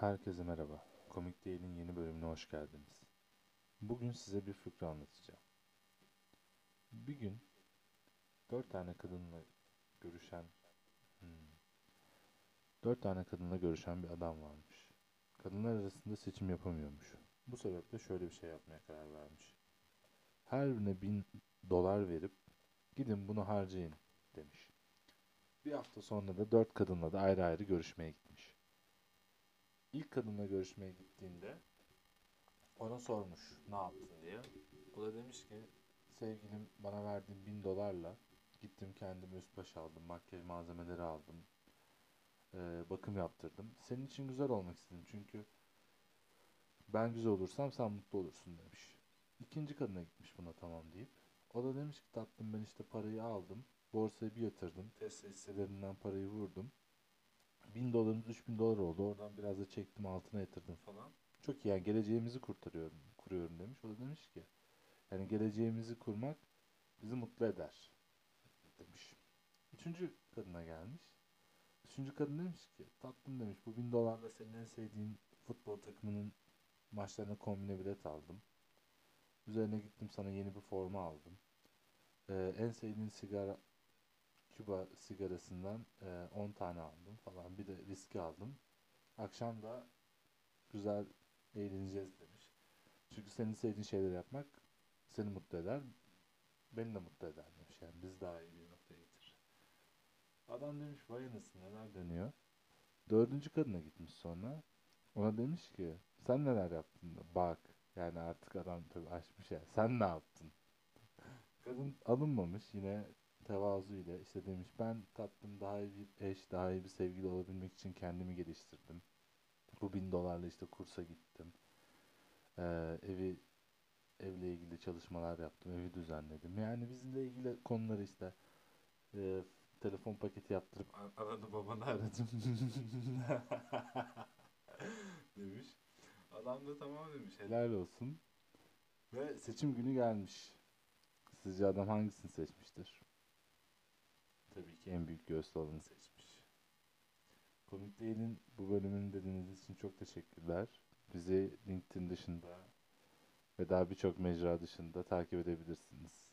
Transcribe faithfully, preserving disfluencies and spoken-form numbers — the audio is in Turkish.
Herkese merhaba. Komik Değil'in yeni bölümüne hoş geldiniz. Bugün size bir fıkra anlatacağım. Bir gün dört tane kadınla görüşen, hmm, dört tane kadınla görüşen bir adam varmış. Kadınlar arasında seçim yapamıyormuş. Bu sebeple şöyle bir şey yapmaya karar vermiş. Her birine bin dolar verip gidin bunu harcayın demiş. Bir hafta sonra da dört kadınla da ayrı ayrı görüşmeye gitmiş. İlk kadınla görüşmeye gittiğinde ona sormuş ne yaptın diye. O da demiş ki sevgilim bana verdiğin bin dolarla gittim kendime üst baş aldım, makyaj malzemeleri aldım, eee, bakım yaptırdım. Senin için güzel olmak istedim çünkü ben güzel olursam sen mutlu olursun demiş. İkinci kadına gitmiş buna tamam deyip. O da demiş ki tatlım ben işte parayı aldım, borsaya bir yatırdım, Tesla hisselerinden parayı vurdum. Bin dolarımız üç bin dolar oldu. Oradan biraz da çektim altına yatırdım falan. Çok iyi yani geleceğimizi kurtarıyorum, kuruyorum demiş. O da demiş ki yani geleceğimizi kurmak bizi mutlu eder demiş. Üçüncü kadına gelmiş. Üçüncü kadın demiş ki tatlım demiş bu bin dolarla senin en sevdiğin futbol takımının maçlarına kombine bilet aldım. Üzerine gittim sana yeni bir forma aldım. Ee, en sevdiğin sigara Küba sigarasından e, on tane aldım falan. Bir de viski aldım. Akşam da güzel eğleneceğiz demiş. Çünkü senin sevdiğin şeyleri yapmak seni mutlu eder. Beni de mutlu eder demiş. Yani biz daha iyi bir noktaya getirir. Adam demiş vay anasını neler dönüyor. Dördüncü kadına gitmiş sonra. Ona demiş ki sen neler yaptın? Bak yani artık adam tabii açmış ya. Sen ne yaptın? Kadın alınmamış yine tevazuyla işte demiş ben tatlım daha iyi bir eş, daha iyi bir sevgili olabilmek için kendimi geliştirdim. Bu bin dolarla işte kursa gittim. Ee, evi evle ilgili çalışmalar yaptım, evi düzenledim. Yani bizimle ilgili konuları işte e, telefon paketi yaptırıp a- aradı babanı aradım demiş. Adam da tamam demiş. Helal olsun. Ve seçim günü gelmiş. Sizce adam hangisini seçmiştir? Tabii ki en büyük göğüslü olanı seçmiş. Komik Değil'in bu bölümünü dinlediğiniz için çok teşekkürler. Bizi LinkedIn dışında ve daha birçok mecra dışında takip edebilirsiniz.